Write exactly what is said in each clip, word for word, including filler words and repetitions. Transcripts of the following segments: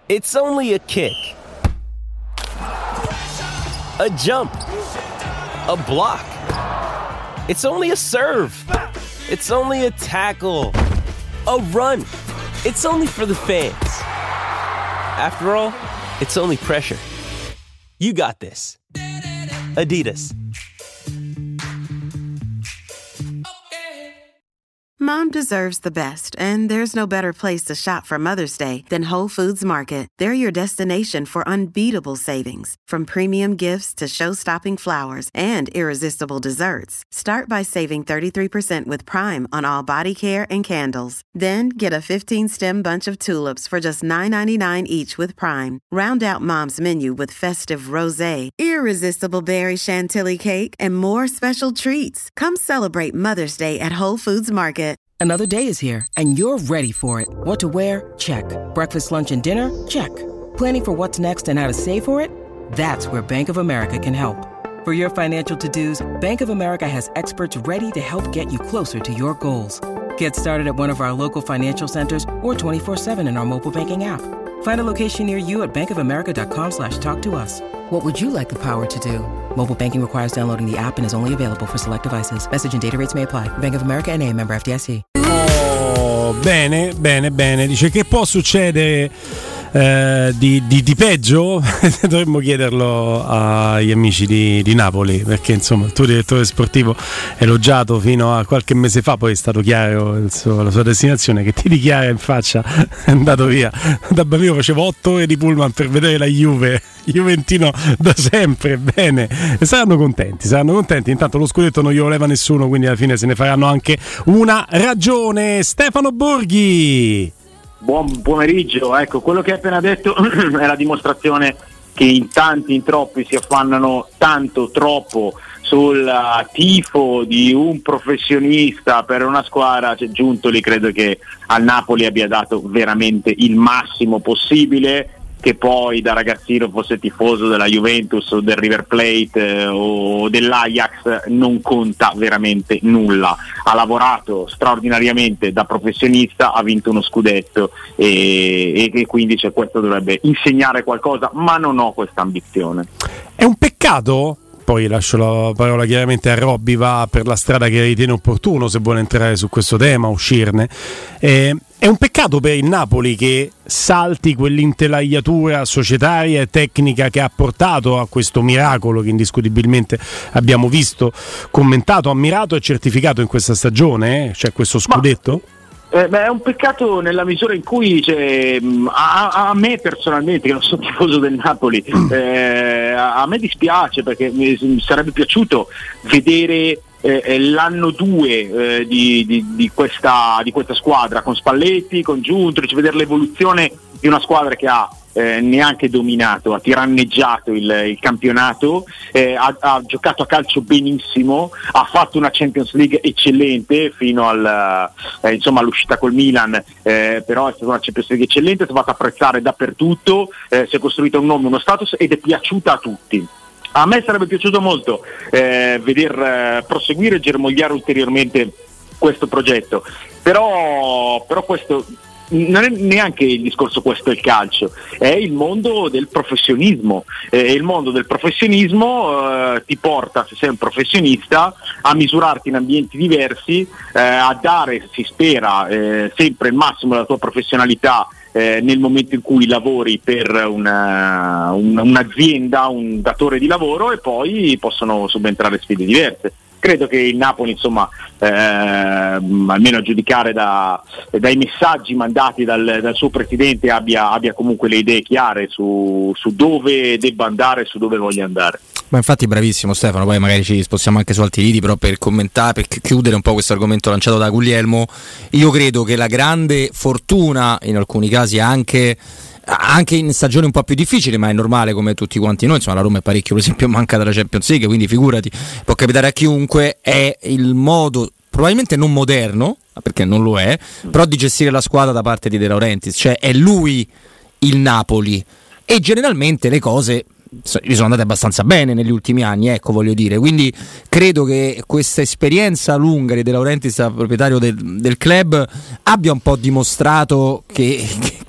It's only a kick. A jump. A block. It's only a serve. It's only a tackle. A run. It's only for the fans. After all, it's only pressure. You got this. Adidas. Mom deserves the best, and there's no better place to shop for Mother's Day than Whole Foods Market. They're your destination for unbeatable savings, from premium gifts to show-stopping flowers and irresistible desserts. Start by saving thirty-three percent with Prime on all body care and candles. Then get a fifteen-stem bunch of tulips for just nine ninety-nine each with Prime. Round out Mom's menu with festive rosé, irresistible berry chantilly cake, and more special treats. Come celebrate Mother's Day at Whole Foods Market. Another day is here, and you're ready for it. What to wear? Check. Breakfast, lunch, and dinner? Check. Planning for what's next and how to save for it? That's where Bank of America can help. For your financial to-dos, Bank of America has experts ready to help get you closer to your goals. Get started at one of our local financial centers or twenty-four seven in our mobile banking app. Find a location near you at bankofamerica.com slash talk to us. What would you like the power to do? Mobile banking requires downloading the app and is only available for select devices. Message and data rates may apply. Bank of America N A, member F D I C. Oh, bene, bene, bene. Dice che può succedere eh, di, di, di peggio? Dovremmo chiederlo agli amici di, di Napoli, perché insomma il tuo direttore sportivo elogiato fino a qualche mese fa, poi è stato chiaro il suo, la sua destinazione, che ti dichiara in faccia, è andato via. Da bambino facevo otto ore di pullman per vedere la Juve, juventino da sempre, bene, e saranno contenti, saranno contenti. Intanto lo scudetto non glielo leva nessuno, quindi alla fine se ne faranno anche una ragione. Stefano Borghi, buon pomeriggio. Ecco, quello che hai appena detto è la dimostrazione che in tanti, in troppi si affannano tanto, troppo sul tifo di un professionista per una squadra. Cioè, Giuntoli credo che al Napoli abbia dato veramente il massimo possibile. Che poi da ragazzino fosse tifoso della Juventus o del River Plate eh, o dell'Ajax non conta veramente nulla. Ha lavorato straordinariamente da professionista, ha vinto uno scudetto e, e quindi cioè, questo dovrebbe insegnare qualcosa, ma non ho questa ambizione. È un peccato? Poi lascio la parola chiaramente a Robby, va per la strada che ritiene opportuno se vuole entrare su questo tema, uscirne. Eh, è un peccato per il Napoli che salti quell'intelaiatura societaria e tecnica che ha portato a questo miracolo che indiscutibilmente abbiamo visto, commentato, ammirato e certificato in questa stagione, eh? Cioè questo scudetto? Ma... Eh, beh, è un peccato nella misura in cui cioè, a, a me personalmente, che non sono tifoso del Napoli, eh, a, a me dispiace perché mi, mi sarebbe piaciuto vedere eh, l'anno due eh, di, di, di, questa, di questa squadra con Spalletti, con Giuntoli, cioè vedere l'evoluzione di una squadra che ha Eh, neanche dominato, ha tiranneggiato il, il campionato, eh, ha, ha giocato a calcio benissimo, ha fatto una Champions League eccellente fino al, eh, insomma, all'uscita col Milan, eh, però è stata una Champions League eccellente, è stata fatta apprezzare dappertutto, eh, si è costruito un nome, uno status ed è piaciuta a tutti. A me sarebbe piaciuto molto eh, veder eh, proseguire e germogliare ulteriormente questo progetto, però, però questo non è neanche il discorso, questo è il calcio, è il mondo del professionismo, e il mondo del professionismo eh, ti porta, se sei un professionista, a misurarti in ambienti diversi, eh, a dare, si spera, eh, sempre il massimo della tua professionalità eh, nel momento in cui lavori per una, un, un'azienda, un datore di lavoro, e poi possono subentrare sfide diverse. Credo che il Napoli, insomma, eh, almeno a giudicare da, dai messaggi mandati dal, dal suo presidente, abbia, abbia comunque le idee chiare su, su dove debba andare e su dove voglia andare. Ma infatti bravissimo Stefano, poi magari ci spostiamo anche su altri liti, però per commentare, per chiudere un po' questo argomento lanciato da Guglielmo, io credo che la grande fortuna, in alcuni casi anche anche in stagioni un po' più difficili, ma è normale come tutti quanti noi, insomma la Roma è parecchio, per esempio manca dalla Champions League, quindi figurati, può capitare a chiunque, è il modo probabilmente non moderno, perché non lo è, però di gestire la squadra da parte di De Laurentiis, cioè è lui il Napoli, e generalmente le cose gli sono andate abbastanza bene negli ultimi anni, ecco, voglio dire, quindi credo che questa esperienza lunga di De Laurentiis, proprietario del, del club, abbia un po' dimostrato che, che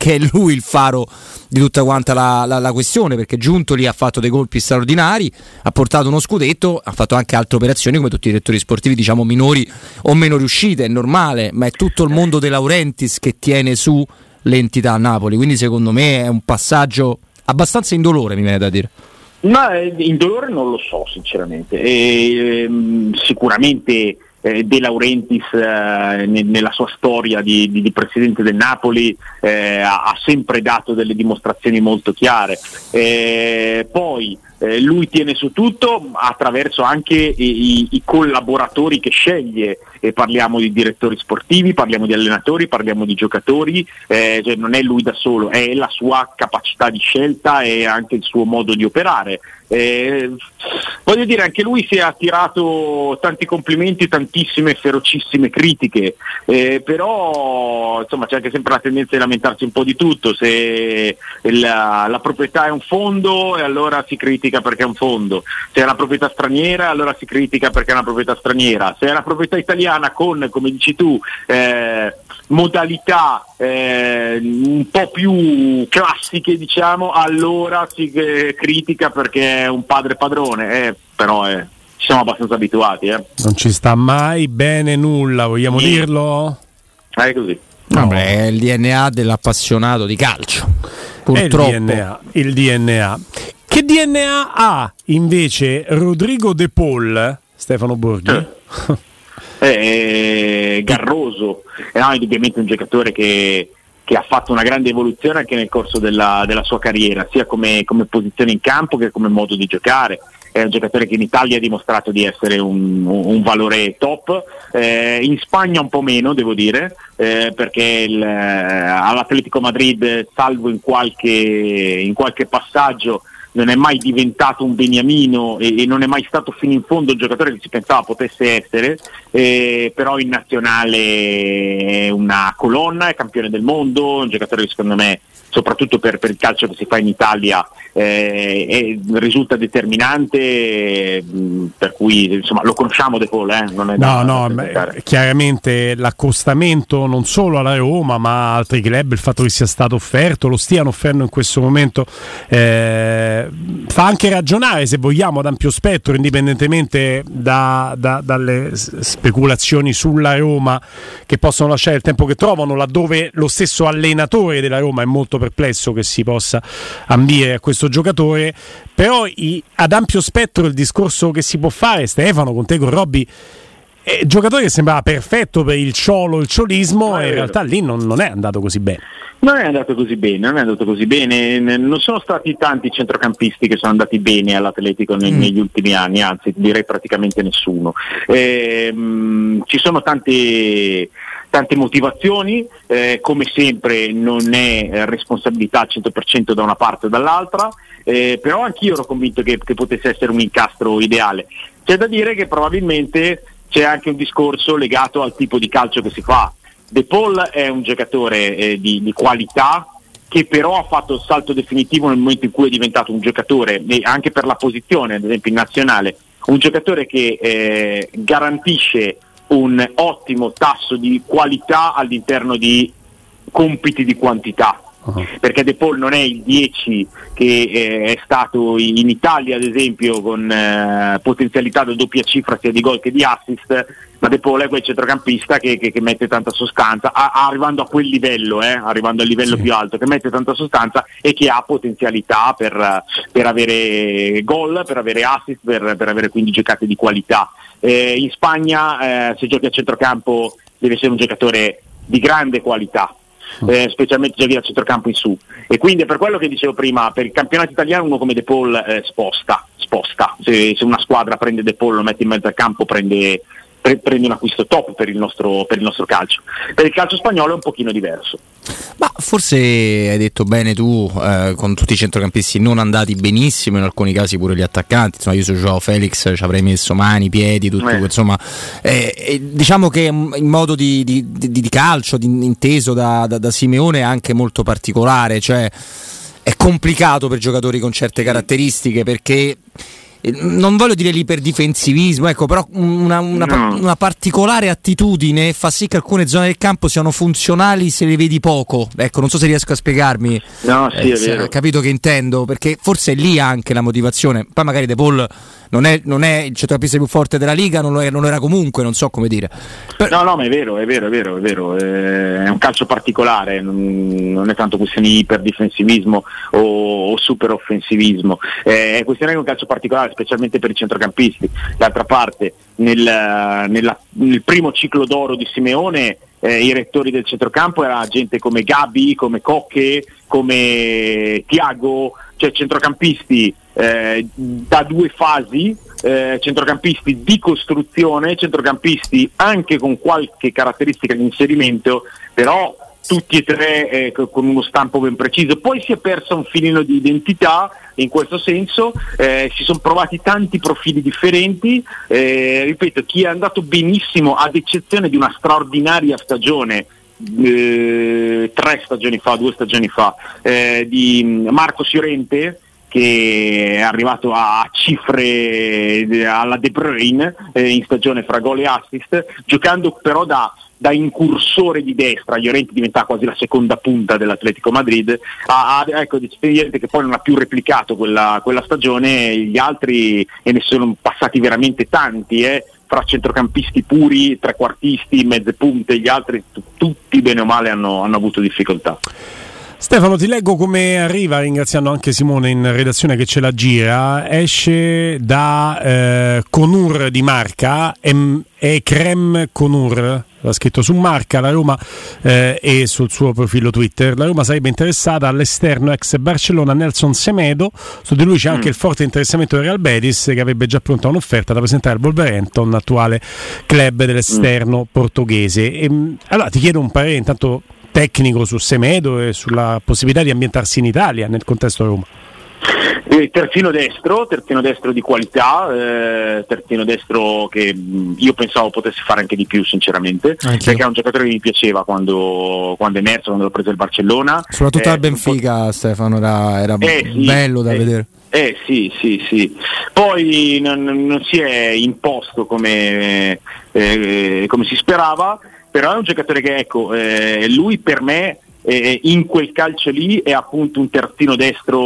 che è lui il faro di tutta quanta la, la, la questione, perché Giuntoli ha fatto dei colpi straordinari, ha portato uno scudetto, ha fatto anche altre operazioni come tutti i direttori sportivi, diciamo minori o meno riuscite, è normale, ma è tutto il mondo De Laurentiis che tiene su l'entità a Napoli, quindi secondo me è un passaggio abbastanza indolore, mi viene da dire. Ma indolore non lo so sinceramente, e, ehm, sicuramente eh, De Laurentiis eh, ne, nella sua storia di, di, di presidente del Napoli eh, ha, ha sempre dato delle dimostrazioni molto chiare, eh, poi eh, lui tiene su tutto attraverso anche i, i, i collaboratori che sceglie, e parliamo di direttori sportivi, parliamo di allenatori, parliamo di giocatori, eh, cioè non è lui da solo, è la sua capacità di scelta e anche il suo modo di operare. Eh, voglio dire, anche lui si è attirato tanti complimenti, tantissime ferocissime critiche, eh, però insomma c'è anche sempre la tendenza di lamentarsi un po' di tutto. Se la, la proprietà è un fondo, e allora si critica perché è un fondo; se è una proprietà straniera, allora si critica perché è una proprietà straniera; se è una proprietà italiana con, come dici tu, eh, modalità eh, un po' più classiche, diciamo, allora si eh, critica perché è un padre padrone, eh, però eh, ci siamo abbastanza abituati. Eh. Non ci sta mai bene nulla, vogliamo sì. dirlo? È così. No. Vabbè, è il D N A dell'appassionato di calcio, purtroppo. È il D N A, il D N A. Che D N A ha invece Rodrigo De Paul, Stefano Borghi? Eh. Eh, Garroso è no, indubbiamente un giocatore che, che ha fatto una grande evoluzione anche nel corso della, della sua carriera, sia come, come posizione in campo che come modo di giocare. È un giocatore che in Italia ha dimostrato di essere un, un valore top, eh, in Spagna un po' meno, devo dire, eh, perché il, all'Atletico Madrid, salvo in qualche, in qualche passaggio, non è mai diventato un beniamino e, e non è mai stato fino in fondo il giocatore che si pensava potesse essere, eh, però in nazionale è una colonna, è campione del mondo, un giocatore che secondo me, soprattutto per, per il calcio che si fa in Italia, eh, è, risulta determinante, mh, per cui insomma lo conosciamo De Paul, eh? non è no, da, no, da beh, chiaramente l'accostamento non solo alla Roma ma a altri club, il fatto che sia stato offerto, lo stiano offrendo in questo momento, eh, fa anche ragionare, se vogliamo, ad ampio spettro, indipendentemente da, da, dalle speculazioni sulla Roma che possono lasciare il tempo che trovano, laddove lo stesso allenatore della Roma è molto perplesso che si possa ambire a questo giocatore. Però i, ad ampio spettro il discorso che si può fare, Stefano, con te, con Robby, è un giocatore che sembrava perfetto per il ciolo, il ciolismo, e in realtà lì non, non è andato così bene. Non è andato così bene, non è andato così bene, non sono stati tanti centrocampisti che sono andati bene all'Atletico nei, mm. negli ultimi anni, anzi direi praticamente nessuno. Eh, mh, ci sono tante, tante motivazioni, eh, come sempre non è responsabilità al cento per cento da una parte o dall'altra, eh, però anch'io ero convinto che, che potesse essere un incastro ideale. C'è da dire che probabilmente c'è anche un discorso legato al tipo di calcio che si fa. De Paul è un giocatore eh, di, di qualità, che però ha fatto il salto definitivo nel momento in cui è diventato un giocatore, e anche per la posizione, ad esempio in nazionale, un giocatore che eh, garantisce un ottimo tasso di qualità all'interno di compiti di quantità. Uh-huh. Perché De Paul non è il dieci che eh, è stato in Italia, ad esempio, con eh, potenzialità da doppia cifra sia di gol che di assist, ma De Paul è quel centrocampista che, che, che mette tanta sostanza, a, arrivando a quel livello, eh, arrivando al livello sì. più alto, che mette tanta sostanza e che ha potenzialità per, per avere gol, per avere assist, per, per avere quindi giocate di qualità. Eh, in Spagna eh, se giochi a centrocampo deve essere un giocatore di grande qualità. Eh, specialmente giochi dal centrocampo in su, e quindi è per quello che dicevo prima, per il campionato italiano uno come De Paul eh, sposta, sposta. Se, se una squadra prende De Paul, lo mette in mezzo al campo, prende, pre- prende un acquisto top per il nostro, per il nostro calcio. Per il calcio spagnolo è un pochino diverso. Ma forse hai detto bene tu, eh, con tutti i centrocampisti non andati benissimo, in alcuni casi pure gli attaccanti, insomma io su Joao Felix ci avrei messo mani, piedi, tutto, eh. insomma eh, eh, diciamo che il modo di, di, di, di calcio di, inteso da, da, da Simeone è anche molto particolare, cioè è complicato per giocatori con certe caratteristiche, perché non voglio dire l'iperdifensivismo, ecco, però una, una, no. una particolare attitudine fa sì che alcune zone del campo siano funzionali se le vedi poco. Ecco, non so se riesco a spiegarmi. No, sì, eh, è vero. Hai capito che intendo? Perché forse è lì anche la motivazione. Poi magari De Paul non è, non è il centrocampista più forte della Liga, non lo, è, non lo era comunque, non so come dire. Per... No, no, ma è vero, è vero, è vero, è vero. È un calcio particolare, non è tanto questione di iperdifensivismo o, o super offensivismo, è questione di un calcio particolare, specialmente per i centrocampisti. D'altra parte, nel, nella, nel primo ciclo d'oro di Simeone, eh, i rettori del centrocampo era gente come Gabi, come Cocche, come Thiago, cioè centrocampisti eh, da due fasi, eh, centrocampisti di costruzione, centrocampisti anche con qualche caratteristica di inserimento, però tutti e tre eh, con uno stampo ben preciso. Poi si è persa un filino di identità in questo senso, eh, si sono provati tanti profili differenti, eh, ripeto, chi è andato benissimo ad eccezione di una straordinaria stagione eh, tre stagioni fa, due stagioni fa, eh, di Marco Llorente, che è arrivato a cifre alla De Bruyne eh, in stagione fra gol e assist, giocando però da da incursore di destra. Llorente diventa quasi la seconda punta dell'Atletico Madrid, ah, ah, ecco, Llorente che poi non ha più replicato quella, quella stagione, gli altri, e ne sono passati veramente tanti, eh, fra centrocampisti puri, trequartisti, mezze punte, gli altri t- tutti bene o male hanno, hanno avuto difficoltà. Stefano, ti leggo come arriva, ringraziando anche Simone in redazione che ce la gira. Esce da eh, Conur di Marca, Ekrem Conur, l'ha scritto su Marca, la Roma eh, e sul suo profilo Twitter. La Roma sarebbe interessata all'esterno ex Barcellona Nelson Semedo. Su di lui c'è anche mm. il forte interessamento del Real Betis, che avrebbe già pronta un'offerta da presentare al Wolverhampton, attuale club dell'esterno mm. portoghese. E, allora ti chiedo un parere intanto tecnico su Semedo e sulla possibilità di ambientarsi in Italia nel contesto Roma. Eh, terzino destro, terzino destro di qualità, eh, terzino destro che mh, io pensavo potesse fare anche di più sinceramente, Anch'io. perché è un giocatore che mi piaceva quando, quando è emerso, quando l'ho preso il Barcellona. Soprattutto eh, al Benfica, Stefano, era, era eh, sì, bello da eh, vedere. Eh sì, sì, sì. Poi non, non si è imposto come, eh, come si sperava, però è un giocatore che, ecco, eh, lui per me eh, in quel calcio lì è appunto un terzino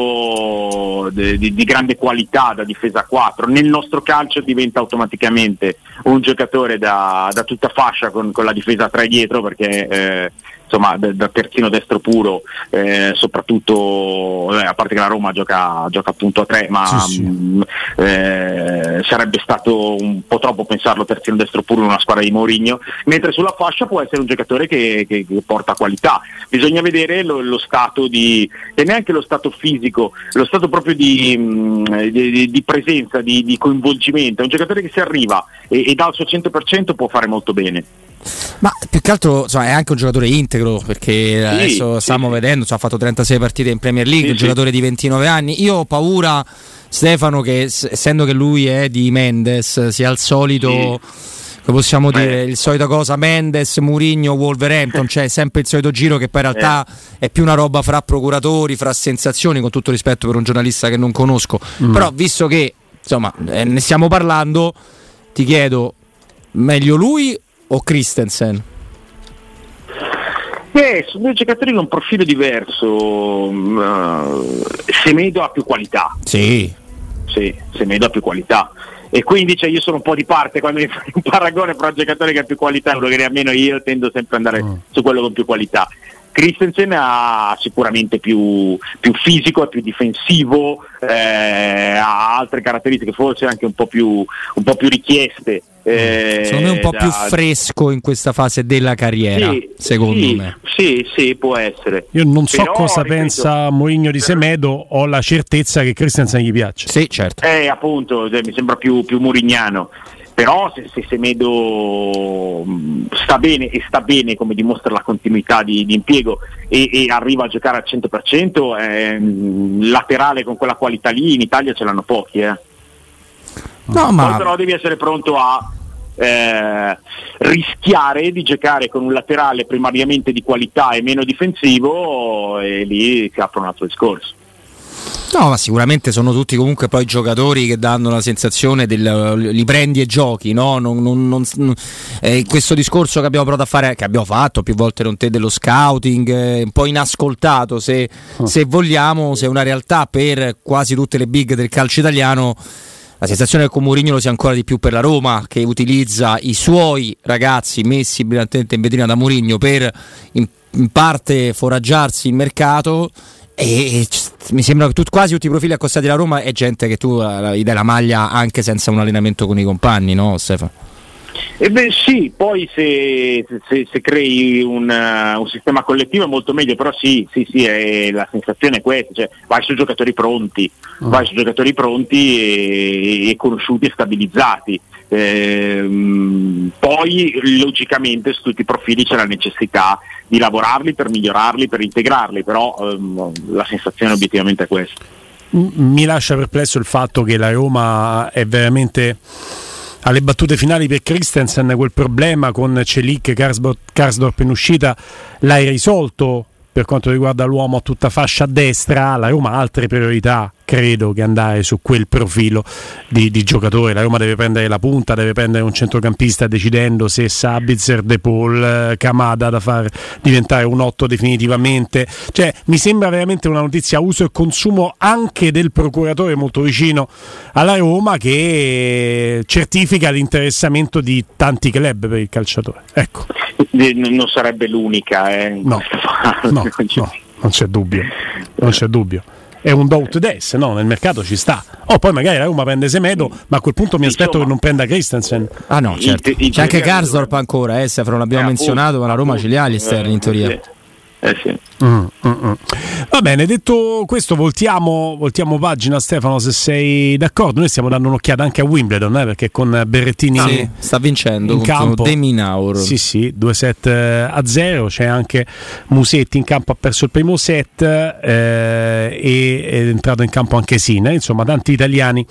destro di, di, di grande qualità da difesa quattro. Nel nostro calcio diventa automaticamente un giocatore da, da tutta fascia con, con la difesa tre dietro, perché eh, insomma da, da terzino destro puro, eh, soprattutto eh, a parte che la Roma gioca, gioca appunto a tre, ma sì, sì. Mh, eh, sarebbe stato un po' troppo pensarlo terzino destro puro in una squadra di Mourinho, mentre sulla fascia può essere un giocatore che, che, che porta qualità. Bisogna vedere lo, lo stato di, e neanche lo stato fisico, lo stato proprio di, mh, di, di presenza, di, di coinvolgimento. È un giocatore che se arriva e, e dà il suo cento per cento può fare molto bene. Ma più che altro insomma, è anche un giocatore integro, perché sì, adesso sì, stiamo sì. vedendo, insomma, ha fatto trentasei partite in Premier League, sì, un giocatore sì. di ventinove anni. Io ho paura, Stefano, che essendo che lui è di Mendes, sia il solito, sì. come possiamo dire, eh. il solito cosa, Mendes, Mourinho, Wolverhampton, cioè sempre il solito giro che poi in realtà eh. è più una roba fra procuratori, fra sensazioni, con tutto rispetto per un giornalista che non conosco. Mm. Però visto che insomma eh, ne stiamo parlando, ti chiedo, meglio lui o Christensen? Eh, sono due giocatori con un profilo diverso. uh, Semedo ha più qualità. Sì. Sì, Semedo ha più qualità. E quindi cioè, io sono un po' di parte quando mi fai un paragone fra un giocatore che ha più qualità e uno che ne ha meno. Io tendo sempre ad andare mm. su quello con più qualità. Christensen ha sicuramente più, più fisico, è più difensivo, eh, ha altre caratteristiche forse anche un po' più, un po' più richieste. Eh, secondo me un po' da... più fresco in questa fase della carriera, sì, secondo sì, me. Sì, sì, può essere. Io non so però, cosa ripeto, pensa Mourinho di Semedo, ho la certezza che Christensen gli piace. Sì, certo. Eh, appunto, mi sembra più, più mourignano. Però se, se Semedo sta bene e sta bene come dimostra la continuità di, di impiego e, e arriva a giocare al cento per cento, eh, laterale con quella qualità lì in Italia ce l'hanno pochi. Eh. No, ma... Poi però devi essere pronto a eh, rischiare di giocare con un laterale primariamente di qualità e meno difensivo, e lì si apre un altro discorso. No, ma sicuramente sono tutti comunque poi giocatori che danno la sensazione del li prendi e giochi, no? Non, non, non, eh, questo discorso che abbiamo provato a fare, che abbiamo fatto più volte con te, dello scouting, eh, un po' inascoltato se, oh. se vogliamo, se è una realtà per quasi tutte le big del calcio italiano. La sensazione è che con Mourinho lo sia ancora di più per la Roma, che utilizza i suoi ragazzi messi brillantemente in vetrina da Mourinho per in, in parte foraggiarsi il mercato. E mi sembra che tu, quasi tutti i profili accostati alla Roma è gente che tu gli dai la maglia anche senza un allenamento con i compagni, no Stefano? Eh beh, sì, poi se, se, se crei un, uh, un sistema collettivo è molto meglio, però sì, sì, sì, è, la sensazione è questa, cioè vai su giocatori pronti, oh. vai su giocatori pronti e, e conosciuti e stabilizzati. Ehm, poi logicamente su tutti i profili c'è la necessità di lavorarli per migliorarli, per integrarli, però ehm, la sensazione obiettivamente è questa. Mi lascia perplesso il fatto che la Roma è veramente alle battute finali per Christensen, quel problema con Celik, Karsdorp in uscita l'hai risolto per quanto riguarda l'uomo a tutta fascia a destra. La Roma ha altre priorità, credo, che andare su quel profilo di, di giocatore. La Roma deve prendere la punta, deve prendere un centrocampista decidendo se Sabitzer, De Paul, Kamada da far diventare un otto definitivamente. Cioè, mi sembra veramente una notizia a uso e consumo anche del procuratore molto vicino alla Roma, che certifica l'interessamento di tanti club per il calciatore. Ecco. Non sarebbe l'unica, eh, no, no, no, non c'è dubbio, non c'è dubbio. È un doubt des, no? Nel mercato ci sta. Oh, poi magari la Roma prende Semedo, ma a quel punto mi aspetto Insomma, che non prenda Christensen. Ah no, certo. C'è anche Karsdorp ancora, eh, se non l'abbiamo eh, menzionato, appunto, ma la Roma appunto, ce li ha gli esterni in teoria. Eh, eh sì. Mm, mm, mm. Va bene, detto questo, voltiamo, voltiamo pagina, Stefano, se sei d'accordo. Noi stiamo dando un'occhiata anche a Wimbledon, eh, perché con Berrettini ah, sì, sta vincendo in campo. Deminaur. Sì, sì, due set a zero. C'è anche Musetti in campo, ha perso il primo set, eh, e è entrato in campo anche Sinner. Insomma, tanti italiani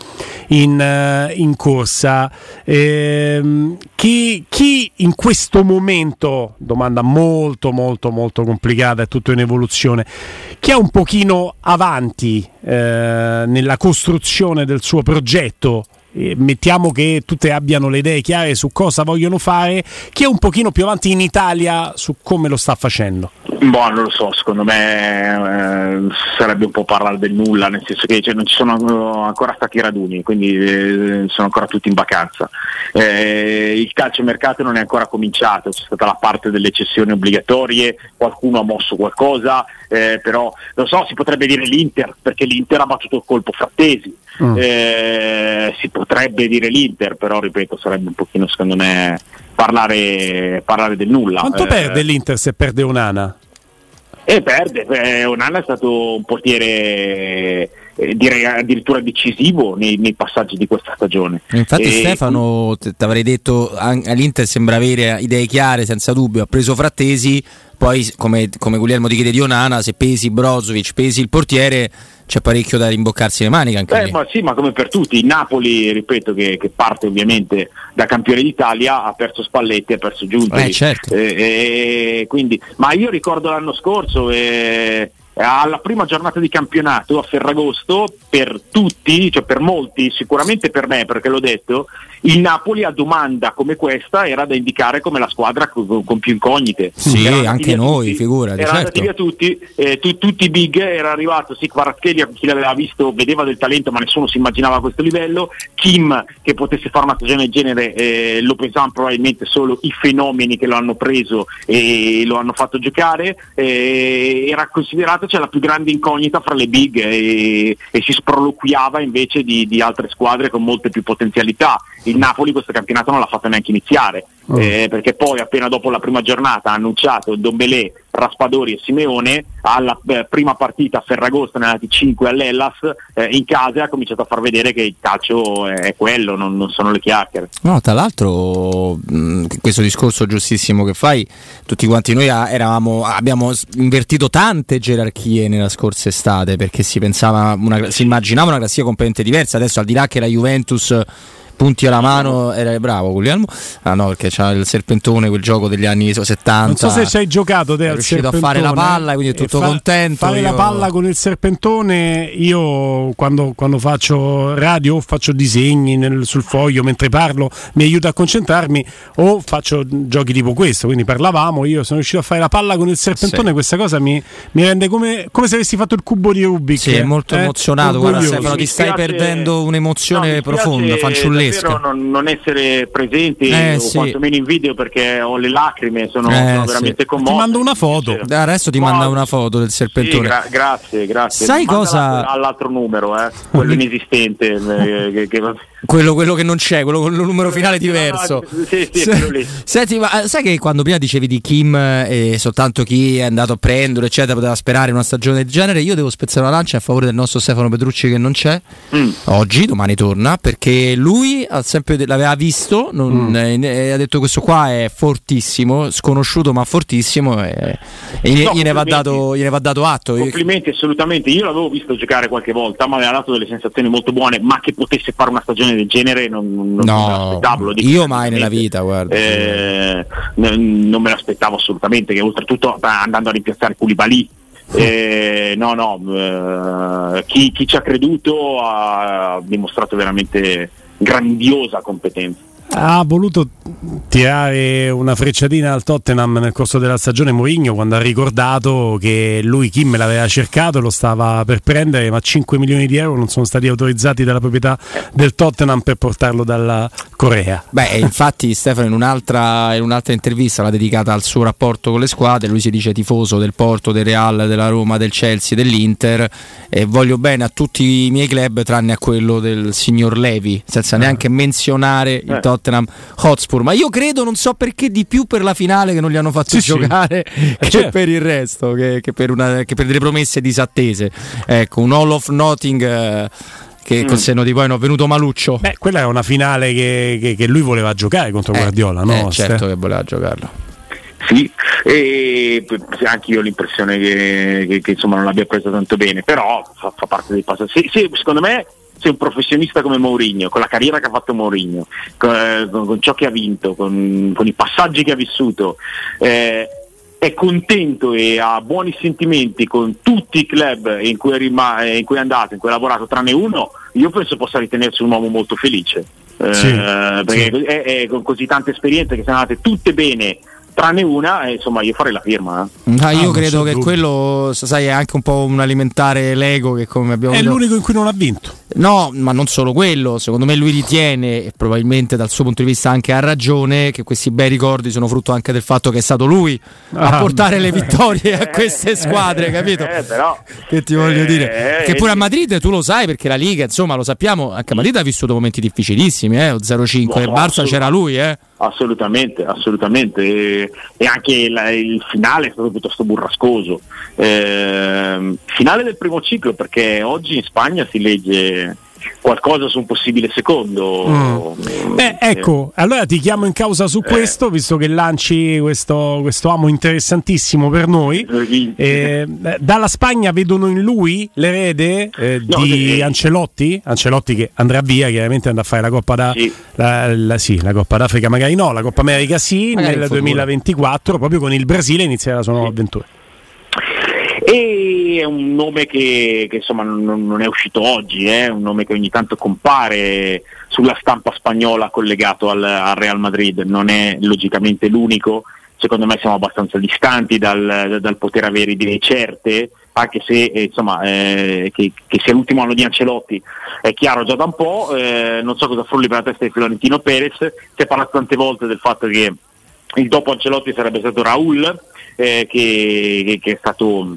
in, in corsa. Eh, chi, chi in questo momento, domanda molto molto molto complicata, è tutto in evoluzione, chi è un pochino avanti eh, nella costruzione del suo progetto, eh, mettiamo che tutte abbiano le idee chiare su cosa vogliono fare, chi è un pochino più avanti in Italia su come lo sta facendo? Boh, non lo so, secondo me eh, sarebbe un po' parlare del nulla, nel senso che cioè, non ci sono ancora stati i raduni, quindi eh, sono ancora tutti in vacanza. Eh, il calciomercato non è ancora cominciato, c'è stata la parte delle cessioni obbligatorie, qualcuno ha mosso qualcosa, eh, però non so, si potrebbe dire l'Inter, perché l'Inter ha battuto il colpo Frattesi, mm. eh, si potrebbe dire l'Inter, però ripeto, sarebbe un pochino secondo me parlare, parlare del nulla. Quanto eh, perde l'Inter se perde Onana? E perde, eh, Onana è stato un portiere eh, direi addirittura decisivo nei, nei passaggi di questa stagione. Infatti e, Stefano, ti avrei detto, all'Inter sembra avere idee chiare senza dubbio, ha preso Frattesi, poi come, come Guglielmo ti chiede di Onana, se pesi Brozovic, pesi il portiere, c'è parecchio da rimboccarsi le maniche anche eh, lì. Ma sì, ma come per tutti. Il Napoli, ripeto, che, che parte ovviamente da campione d'Italia, ha perso Spalletti, ha perso Giuntoli. Eh, certo. eh, eh, quindi, ma io ricordo l'anno scorso, eh, alla prima giornata di campionato a Ferragosto, per tutti, cioè per molti, sicuramente per me, perché l'ho detto, il Napoli a domanda come questa era da indicare come la squadra con, con più incognite. Sì, anche noi, figurati. Erano certo. andati via tutti, eh, tu, tutti i big, era arrivato, sì, Kvaratskhelia, chi l'aveva visto vedeva del talento, ma nessuno si immaginava a questo livello. Kim, che potesse fare una stagione del genere, eh, lo pensavano probabilmente solo i fenomeni che lo hanno preso e lo hanno fatto giocare, eh, era considerato cioè, la più grande incognita fra le big, e, e si sproloquiava invece di, di altre squadre con molte più potenzialità. Il Napoli questo campionato non l'ha fatto neanche iniziare, oh. eh, perché poi appena dopo la prima giornata ha annunciato Dombelé, Raspadori e Simeone. Alla eh, prima partita a Ferragosto ne ha dati cinque all'Hellas, eh, in casa ha cominciato a far vedere che il calcio è quello, non, non sono le chiacchiere. No, tra l'altro mh, questo discorso giustissimo che fai, tutti quanti noi eravamo, abbiamo invertito tante gerarchie nella scorsa estate, perché si pensava una, si immaginava una classifica completamente diversa. Adesso, al di là che la Juventus punti alla mano, era bravo Guglielmo. Ah no, perché c'ha il serpentone, quel gioco degli anni settanta. Non so se ci hai giocato te è al riuscito serpentone, a fare la palla, quindi è tutto fa- contento. Fare io... la palla con il serpentone, io quando, quando faccio radio o faccio disegni nel, sul foglio mentre parlo, mi aiuta a concentrarmi, o faccio giochi tipo questo, quindi parlavamo, io sono riuscito a fare la palla con il serpentone, sì. Questa cosa mi, mi rende come, come se avessi fatto il cubo di Rubik. Sì, è molto eh? emozionato, guarda Stefano, ti stai spiace... perdendo un'emozione no, profonda, fanciullesca. Non, non essere presenti eh, o sì. quantomeno in video, perché ho le lacrime, sono, eh, sono veramente sì. commosso. Ti mando una foto. Adesso ti manda una foto del serpentone. Sì, gra- grazie, grazie. Sai Mandala cosa? All'altro numero, eh, quello inesistente. eh, che, che... Quello, quello che non c'è, quello con il numero finale diverso. No, no, sì, sì, quello lì. Senti, ma sai che quando prima dicevi di Kim e soltanto chi è andato a prendere, eccetera, poteva sperare in una stagione del genere, io devo spezzare una lancia a favore del nostro Stefano Petrucci che non c'è mm. oggi, domani torna, perché lui ha sempre, l'aveva visto, non, mm. e ha detto questo qua è fortissimo, sconosciuto ma fortissimo, e, e no, gliene, va dato, gliene va dato atto. Complimenti, assolutamente. Io l'avevo visto giocare qualche volta, ma mi ha dato delle sensazioni molto buone, ma che potesse fare una stagione del genere non, non, no, non me l'aspettavo. Io mai nella vita, guarda. Eh, non me l'aspettavo assolutamente, che oltretutto andando a rimpiazzare Koulibaly. Eh, no, no, eh, chi, chi ci ha creduto ha dimostrato veramente grandiosa competenza. Ha voluto tirare una frecciatina al Tottenham nel corso della stagione Mourinho, quando ha ricordato che lui Kim l'aveva cercato, lo stava per prendere, ma cinque milioni di euro non sono stati autorizzati dalla proprietà del Tottenham per portarlo dalla Corea. Beh, infatti Stefano in un'altra, in un'altra intervista l'ha dedicata al suo rapporto con le squadre. Lui si dice tifoso del Porto, del Real, della Roma, del Chelsea, dell'Inter, e voglio bene a tutti i miei club tranne a quello del signor Levi, senza neanche menzionare il Tottenham Tottenham Hotspur, ma io credo, non so perché, di più per la finale che non li hanno fatti sì, giocare sì. che certo. per il resto, che, che, per una, che per delle promesse disattese. Ecco, un all of nothing eh, che mm. col senno di poi non è venuto maluccio. Beh, quella è una finale che, che, che lui voleva giocare contro eh, Guardiola, no? Eh, certo che voleva giocarlo. Sì, e anche io ho l'impressione che, che, che insomma non l'abbia presa tanto bene, però fa, fa parte del passato. Sì, sì, secondo me sei un professionista come Mourinho, con la carriera che ha fatto Mourinho, con, con, con ciò che ha vinto, con, con i passaggi che ha vissuto, eh, è contento e ha buoni sentimenti con tutti i club in cui è, rima- in cui è andato, in cui ha lavorato, tranne uno, io penso possa ritenersi un uomo molto felice, eh, sì, perché sì. È, è con così tante esperienze che sono andate tutte bene, tranne una, e insomma io farei la firma. Eh. Ah, io ah, credo che quello, sai, è anche un po' un alimentare l'ego, che come abbiamo è detto, l'unico in cui non ha vinto. No, ma non solo quello, secondo me lui ritiene, e probabilmente dal suo punto di vista anche ha ragione, che questi bei ricordi sono frutto anche del fatto che è stato lui ah, a portare eh, le vittorie a queste squadre, eh, capito? Eh, però, che ti voglio eh, dire? Eh, che pure a Madrid, tu lo sai, perché la Liga, insomma, lo sappiamo, anche a Madrid ha vissuto momenti difficilissimi, eh, o zero cinque, no, Barça c'era lui, eh. Assolutamente, assolutamente, e, e anche la, il finale è stato piuttosto burrascoso. Eh, finale del primo ciclo, perché oggi in Spagna si legge qualcosa su un possibile secondo. Mm. Beh, ecco, allora ti chiamo in causa su questo, eh. visto che lanci questo, questo amo interessantissimo per noi. Eh, dalla Spagna vedono in lui l'erede eh, no, di eh. Ancelotti, Ancelotti che andrà via, chiaramente andrà a fare la Coppa da, sì. La, la, sì, la Coppa d'Africa magari no, la Coppa America sì, magari nel duemilaventiquattro, proprio con il Brasile inizierà la sua nuova sì. avventura. E è un nome che, che insomma non, non è uscito oggi, è eh? un nome che ogni tanto compare sulla stampa spagnola collegato al, al Real Madrid, non è logicamente l'unico, secondo me siamo abbastanza distanti dal, dal poter avere idee certe, anche se eh, insomma eh, che, che sia l'ultimo anno di Ancelotti è chiaro già da un po', eh, non so cosa frulli per la testa di Florentino Perez, si è parlato tante volte del fatto che il dopo Ancelotti sarebbe stato Raúl, eh, che, che è stato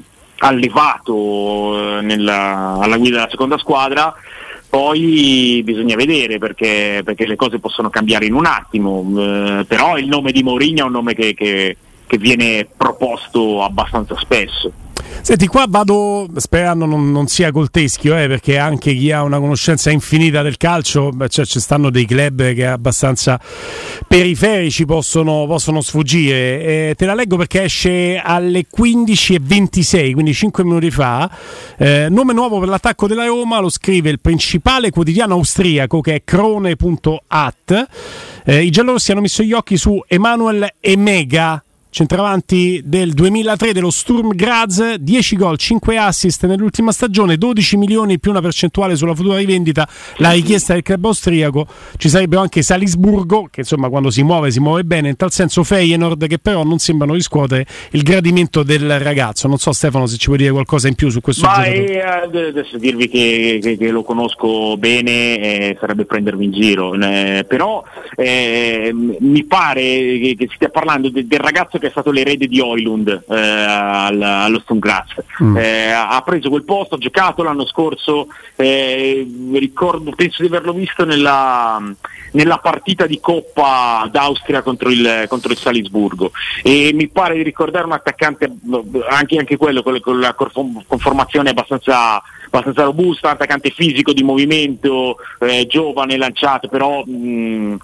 allevato nella, alla guida della seconda squadra. Poi bisogna vedere, perché, perché le cose possono cambiare in un attimo, eh, però il nome di Mourinho è un nome che, che, che viene proposto abbastanza spesso. Senti, qua vado sperando non, non sia col teschio, eh, perché anche chi ha una conoscenza infinita del calcio, beh, cioè, ci stanno dei club che abbastanza periferici possono, possono sfuggire. Eh, te la leggo perché esce alle quindici e ventisei, quindi cinque minuti fa. Eh, nome nuovo per l'attacco della Roma, lo scrive il principale quotidiano austriaco che è Krone punto a t. Eh, I giallorossi hanno messo gli occhi su Emanuel Emega, centravanti del duemilatré dello Sturm Graz, dieci gol, cinque assist nell'ultima stagione, dodici milioni più una percentuale sulla futura rivendita, la richiesta del club austriaco. Ci sarebbero anche Salisburgo, che insomma quando si muove si muove bene, in tal senso Feyenoord, che però non sembrano riscuotere il gradimento del ragazzo. Non so Stefano se ci vuoi dire qualcosa in più su questo Ma giocatore. Eh, adesso dirvi che, che, che lo conosco bene eh, sarebbe prendermi in giro, eh, però eh, mi pare che, che si stia parlando de, del ragazzo che è stato l'erede di Højlund eh, al, allo Sturm Graz. Mm. Eh, ha preso quel posto, ha giocato l'anno scorso, eh, ricordo, penso di averlo visto nella, nella partita di Coppa d'Austria contro il, contro il Salisburgo, e mi pare di ricordare un attaccante anche, anche quello con, con la conformazione abbastanza abbastanza robusta, attaccante fisico, di movimento, eh, giovane, lanciato, però mh,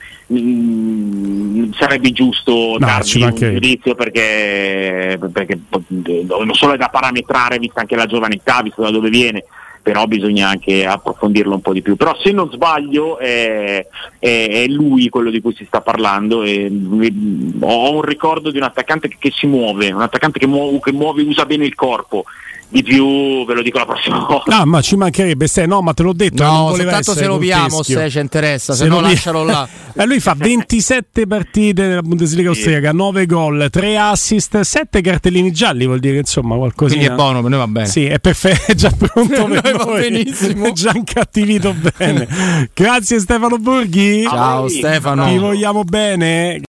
mh, sarebbe giusto no, dargli un giudizio perché, perché non solo è da parametrare vista anche la giovanità, visto da dove viene, però bisogna anche approfondirlo un po' di più. Però se non sbaglio è, è, è lui quello di cui si sta parlando, e ho un ricordo di un attaccante che, che si muove, un attaccante che muove, che muove, usa bene il corpo. Di più ve lo dico la prossima volta. Ah, ma ci mancherebbe, se no, ma te l'ho detto. No, soltanto se lo piamo, se ci interessa, se, se no lascialo là. Eh, lui fa ventisette partite nella Bundesliga sì. austriaca, nove gol, tre assist, sette cartellini gialli, vuol dire che insomma qualcosina. Quindi è buono, per noi va bene. Sì, è perfetto, è già pronto per noi. noi. Va benissimo. È già incattivito bene. Grazie Stefano Borghi. Ciao Stefano. Ti vogliamo bene.